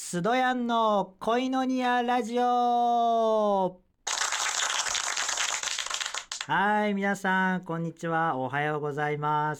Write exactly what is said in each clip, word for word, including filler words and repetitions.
スドヤンの恋のニアラジオ。はい、皆さんこんにちは、おはようございます。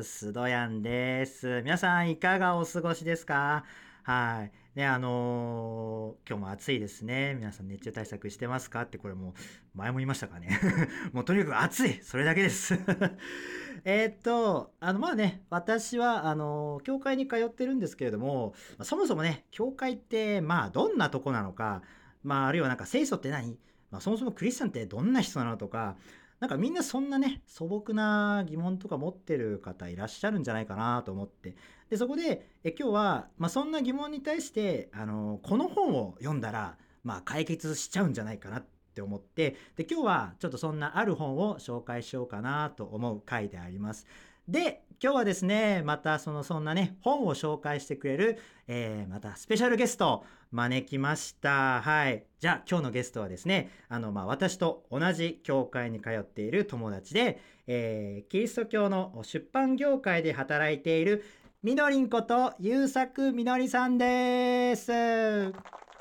スドヤンです。皆さんいかがお過ごしですか？はいね、あのー今日も暑いですね。皆さん熱中対策してますかって、これもう前も言いましたかね。もうとにかく暑い、それだけです。えーっとあのまあね、私はあの教会に通ってるんですけれども、まあそもそもね、教会ってまあどんなとこなのか、まああるいはなんか聖書って何、まあ、そもそもクリスチャンってどんな人なのとか、なんかみんなそんなね、素朴な疑問とか持ってる方いらっしゃるんじゃないかなと思って。で、そこで、え今日は、まあ、そんな疑問に対して、あの、この本を読んだら、まあ、解決しちゃうんじゃないかなって思って、で、今日はちょっとそんなある本を紹介しようかなと思う回であります。で、今日はですね、またそのそんなね、本を紹介してくれる、えーまたスペシャルゲストを招きました。はい。じゃあ今日のゲストはですね、あの、まあ、私と同じ教会に通っている友達で、えーキリスト教の出版業界で働いているみのりんことゆうさくみのりさんです。あ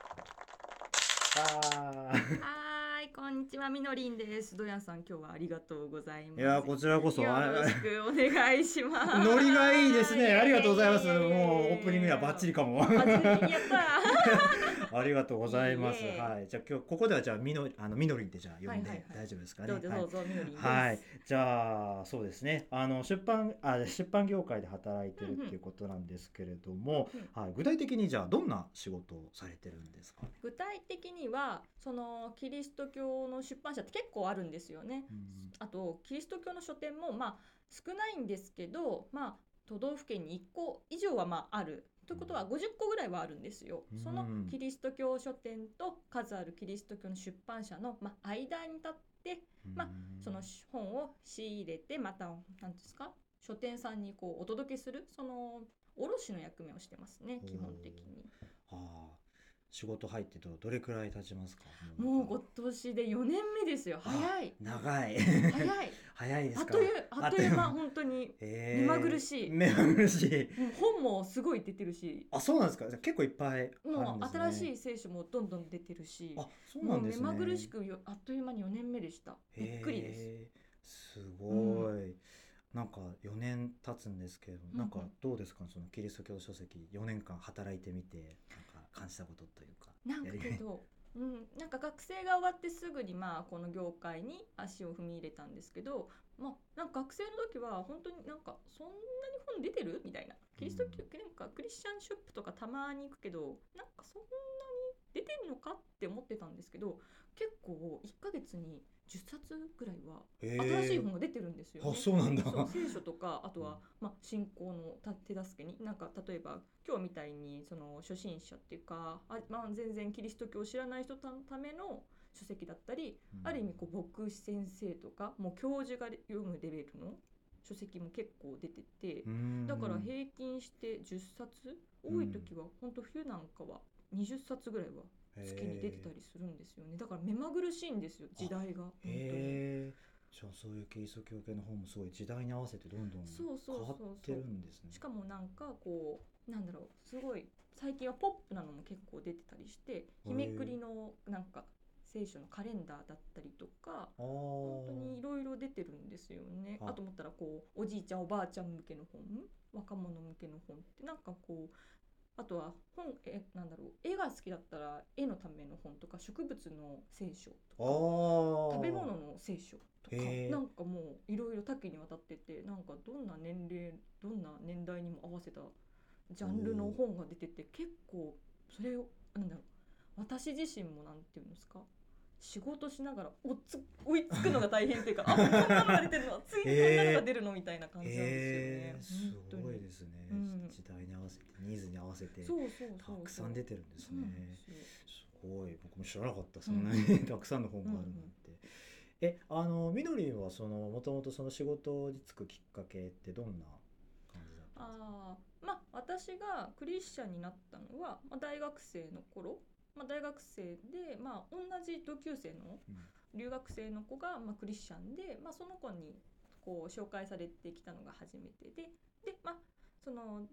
ーはーい、こんにちは、みのりんです。どやさん、今日はありがとうございいます。 やこちらこそよあろしくお願いします。 ノリがいいですね。ありがとうございます。 イエーイイエーイイエーイもうオープニングにはバッチリかも。 バッチリやったありがとうございます。 イエーイはい。じゃあ今日ここではじゃあみのあのみのりんってじゃあ呼んではいはいはい大丈夫ですかね。 どうぞどうぞ、みのりんです。 はい。はい。じゃあそうですね。あの出版あ出版業界で働いてるうんうんっていうことなんですけれども、 うんはい。具体的にじゃあどんな仕事をされてるんですかね。 具体的には、そのキリスト教の出版社って結構あるんですよね。 うんあと、キリスト教の書店も、まあ、少ないんですけど、まあ、都道府県にいっこ以上はまあある。ということはごじゅっこぐらいはあるんですよ。 うんそのキリスト教書店と数あるキリスト教の出版社の、まあ、間に立って、まあ、その本を仕入れて、また何ですか、書店さんにこうお届けする、その卸の役目をしてますね、基本的に。 ああ、仕事入ってどどれくらい経ちますか？ もう今年でよねんめですよ。早い。 長い。 早い。 早いですか？ あっというあっという間、本当にえ目まぐるしい。 目まぐるしい。 もう本もすごい出てるし、 あ、そうなんですか。じゃあ結構いっぱいあるんですね。 もう新しい聖書もどんどん出てるし、 あ、そうなもうんですね。 目まぐるしくよあっという間によねんめでした。びっくりです。 へーすごい。なんかよねん経つんですけど、 うんなんかどうですか、そのキリスト教書籍よねんかん働いてみて、なんか感じたことというか。 なんかけど、うん、なんか学生が終わってすぐにまあこの業界に足を踏み入れたんですけど、まあなんか学生の時は本当になんかそんなに本出てるみたいな、キリスト教なんかクリスチャンショップとかたまに行くけど、なんかそんなに出てんのかって思ってたんですけど、結構いっかげつにじゅっさつぐらいはへー新しい本が出てるんですよね。 あ、そうなんだ。 そう聖書とか、あとは、まあ、信仰のた手助けに、なんか例えば今日みたいにその初心者っていうか、あ、まあ、全然キリスト教を知らない人のための書籍だったり、 うんある意味こう牧師先生とかもう教授が読むレベルの書籍も結構出てて、 うんだから平均してじゅっさつ、多い時は本当冬なんかはにじゅっさつぐらいは月に出てたりするんですよね。だから目まぐるしいんですよ、時代が本当に。 へえ。じゃあそういうキリスト教系の本もすごい時代に合わせてどんどんそう変わそうそうってるんですね。 しかもなんかこうなんだろう、すごい最近はポップなのも結構出てたりして、日めくりのなんか聖書のカレンダーだったりとか、 あ本当にいーろいろ出てるんですよね。 ああと思ったらこうおじいちゃんおばあちゃん向けの本、若者向けの本ってなんかこう、あとは本、えなんだろう、絵が好きだったら絵のための本とか、植物の聖書あとか、 ー食べ物の聖書とか、 へーなんかもういろいろ多岐にわたってて、なんかどんな年齢どんな年代にも合わせたジャンルの本が出てて、結構それをなんだろう、私自身もなんていうんですか、仕事しながら追っつ追いつくのが大変っていうか、あ、こんなのが出てるの、ついにこんなのが出るのみたいな感じなんへーですよね。 すごいですね、 うん時代に合わせてニーズに合わせてそうそうそうそうたくさん出てるんですね。 そうなんですよ。 すごい、僕も知らなかった、そんなに、たくさんの本があるなんて。え、あのみのりんはそのもともとその仕事に就くきっかけってどんな感じだったんですか？ あーまあ私がクリスチャンになったのは、まあ、大学生の頃、まあ、大学生で、まあ、同じ同級生の留学生の子が、まあ、クリスチャンで、まあ、その子にこう紹介されてきたのが初めてで、で、まあ、その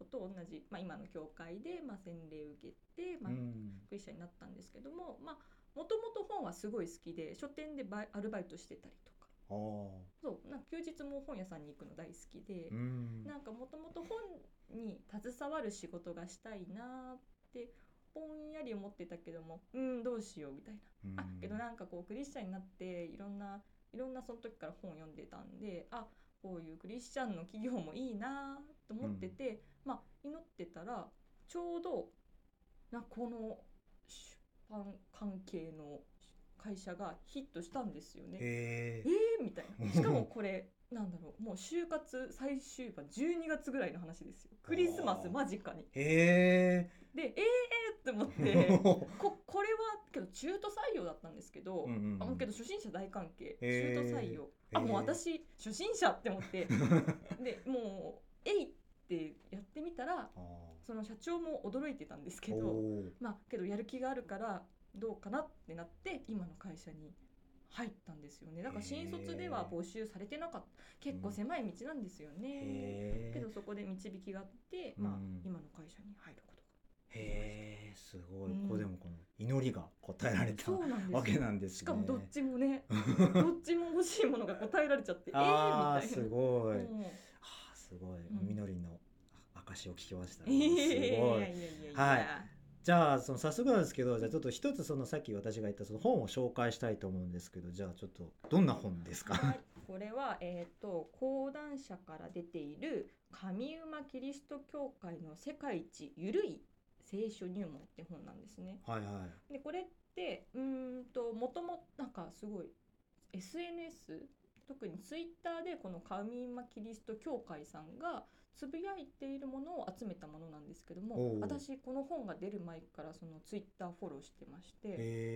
子と同じ、まあ、今の教会で、まあ、洗礼を受けて、まあ、クリスチャンになったんですけども、まあもともと本はすごい好きで書店でバイアルバイトしてたりとか、 あそうなんか休日も本屋さんに行くの大好きで、 うん、 なんかもともと本に携わる仕事がしたいなってぼんやり思ってたけども、うんどうしようみたいな、あけどなんかこうクリスチャンになっていろんないろんなその時から本を読んでたんで、あこういうクリスチャンの企業もいいなと思ってて、うん、まあ祈ってたらちょうどなこの出版関係の会社がヒットしたんですよね。 へえーみたいな。しかもこれなんだろう、もう就活最終盤じゅうにがつぐらいの話ですよ。クリスマス間近に。 へーでえーって思ってここれはけど中途採用だったんですけど、うんうんうん、あけど初心者大関係、中途採用、あもう私初心者って思ってでもうえいってやってみたらその社長も驚いてたんですけど、まあけどやる気があるからどうかなってなって今の会社に入ったんですよね。だから新卒では募集されてなかった、結構狭い道なんですよね。けどそこで導きがあって、まあ、今の会社に入ることがへえすごい、うん、こうでもこの祈りが応えられたわけなんですね。 しかもどっちもねどっちも欲しいものが応えられちゃってえーみたいな、 すごい、うん、はあ、すごい、うん、祈りの証を聞きました、ね、すごい、はい。じゃあその早速なんですけど、じゃあちょっと一つそのさっき私が言ったその本を紹介したいと思うんですけど、じゃあちょっとどんな本ですか？ はい、これは、えーと、講談社から出ている上馬キリスト教会の世界一ゆるい聖書入門って本なんですね。 はいはい。 でこれってうーんともともなんかすごい エスエヌエス、特にツイッターでこの上馬キリスト教会さんがつぶやいているものを集めたものなんですけども、私この本が出る前からそのツイッターフォローしてまして、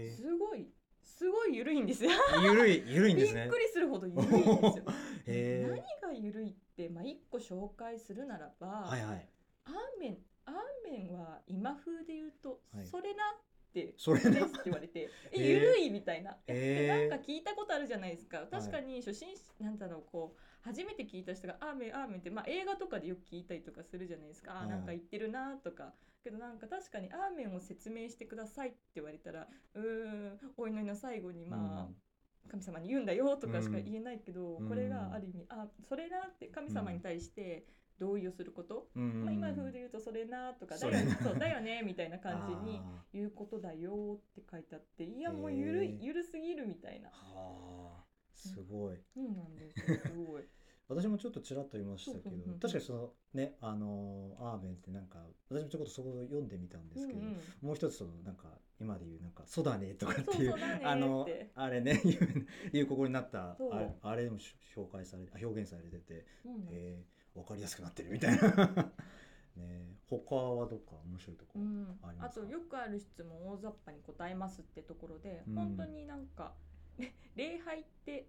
すごいすごい緩いんですよ。 緩い緩いんですね。 びっくりするほど緩いんですよ。何が緩いって、まあ、一個紹介するならば、 はいはい、 アーメンアーメンは今風で言うと、はい、それなってそれですって言われてえゆるいみたいな、えなんか聞いたことあるじゃないですか。確かに初心者、はい、なんだろうこう初めて聞いた人がアーメンアーメンって、まあ、映画とかでよく聞いたりとかするじゃないですか、はい、あなんか言ってるなとか、けどなんか確かにアーメンを説明してくださいって言われたらうーんお祈りの最後にまあ、うん神様に言うんだよとかしか言えないけど、うん、これがある意味あそれなって神様に対して同意をすること、うんまあ、今風で言うとそれなとかだよね、そうだよねみたいな感じに言うことだよって書いてあって、いやもうゆるいゆるすぎるみたいな。 はあすごい、 うん、そうなんですよ、すごい私もちょっとちらっと言いましたけど、確かにそのねあのアーメンってなんか私もちょっとそこを読んでみたんですけど、うんうん、もう一つそのなんか今で言うなんかそうだねとかっていうあのあれねいうここになったあれ、あれでも紹介され表現されてて、うん、えー、分かりやすくなってるみたいなね。他はどっか面白いところありますか？ うん、あとよくある質問大雑把に答えますってところで、うん、本当になんか礼拝って、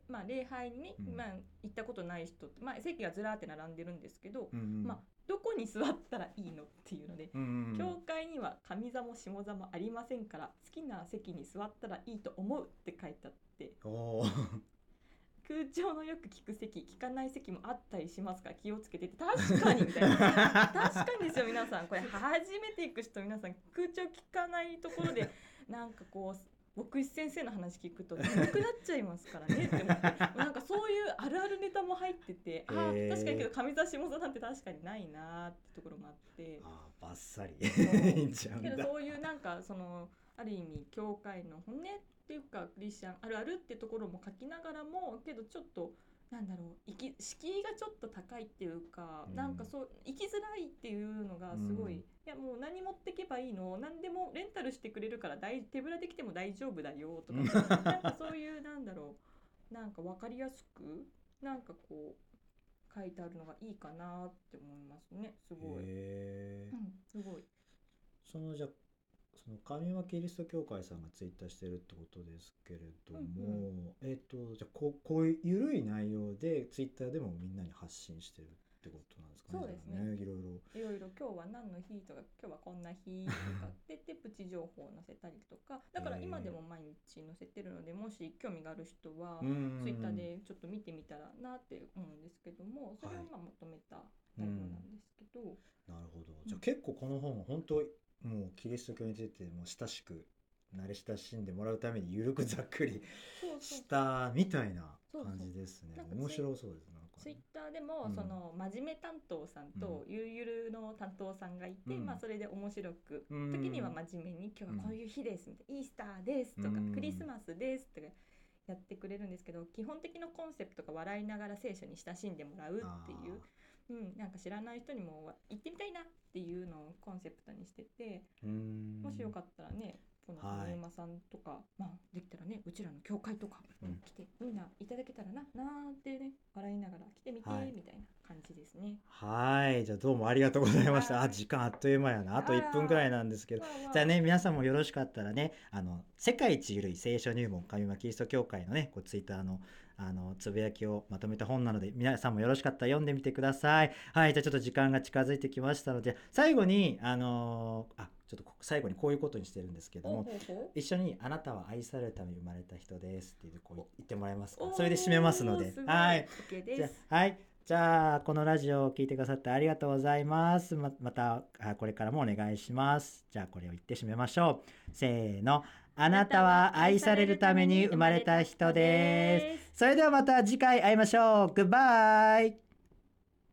まあ、礼拝に、ねうんまあ、行ったことない人って、まあ、席がずらーって並んでるんですけど、うんうんまあ、どこに座ったらいいのっていうので、うんうん、教会には上座も下座もありませんから好きな席に座ったらいいと思うって書いてあって空調のよく聞く席聞かない席もあったりしますから気をつけてって、確かにみたいな確かにですよ皆さん、これ初めて行く人皆さん空調聞かないところでなんかこう牧師先生の話聞くと眠くなっちゃいますからねって思ってなんかそういうあるあるネタも入ってて、あー確かにけど上座下座なんて確かにないなってところもあって、 あバッサリいいんちゃうんだけどそういうなんかそのある意味教会の本音っていうかクリスチャンあるあるってところも書きながらも、けどちょっとなんだろう敷居がちょっと高いっていうか、うん、なんかそう生きづらいっていうのがすごい、うん、いやもう何持ってけばいいの、何でもレンタルしてくれるから大手ぶらできても大丈夫だよとかなんかそういうなんだろうなんか分かりやすくなんかこう書いてあるのがいいかなって思いますね。すごい、 へー、 うん、すごい。 そのじゃその上馬キリスト教会さんがツイッターしてるってことですけれども、うんうん、えっとじゃあこうこういう緩い内容でツイッターでもみんなに発信してるってことなんですかね。 そうですね。 いろいろいろいろ今日は何の日とか今日はこんな日とかってでププチ情報を載せたりとか、だから今でも毎日載せてるので、もし興味がある人はツイッターでちょっと見てみたらなって思うんですけども、それをまあまとめた内容なんですけど、 なるほど。じゃあ結構この本は本当もうキリスト教についてもう親しく慣れ親しんでもらうためにゆるくざっくりしたみたいな感じですね。面白そうです。なんかツイッターでも、うん、その真面目担当さんとゆるゆるの担当さんがいて、うん、まあそれで面白く、うん、時には真面目に今日はこういう日ですみたいな、イースターですとか、うん、クリスマスですとかやってくれるんですけど、基本的なコンセプトが笑いながら聖書に親しんでもらうっていう、うん、なんか知らない人にも行ってみたいなっていうのをコンセプトにしてて、もしよかったらね、この金馬さんとか、はい、まあできたらね、うちらの教会とか来て、うん、みんないただけたらななーってね、笑いながら来てみて、はい、みたいな感じですね。 はい、じゃあどうもありがとうございました。あ、時間あっという間やな。あといっぷんくらいなんですけど、じゃあね、皆さんもよろしかったらね、あの世界一ゆるい聖書入門神馬キリスト教会のね、こうツイッターのあのつぶやきをまとめた本なので、皆さんもよろしかったら読んでみてください。はい、じゃあちょっと時間が近づいてきましたので、最後にあのー、あちょっと最後にこういうことにしてるんですけども、一緒にあなたは愛されるために生まれた人ですってこう言ってもらえますか。それで締めますので、はい、 OK です。 じゃあ、はい、じゃあこのラジオを聞いてくださってありがとうございます。 ま, またこれからもお願いします。じゃあこれを言って締めましょう。せーの、あなたは愛されるために生まれた人です。それではまた次回会いましょう。グッバイ。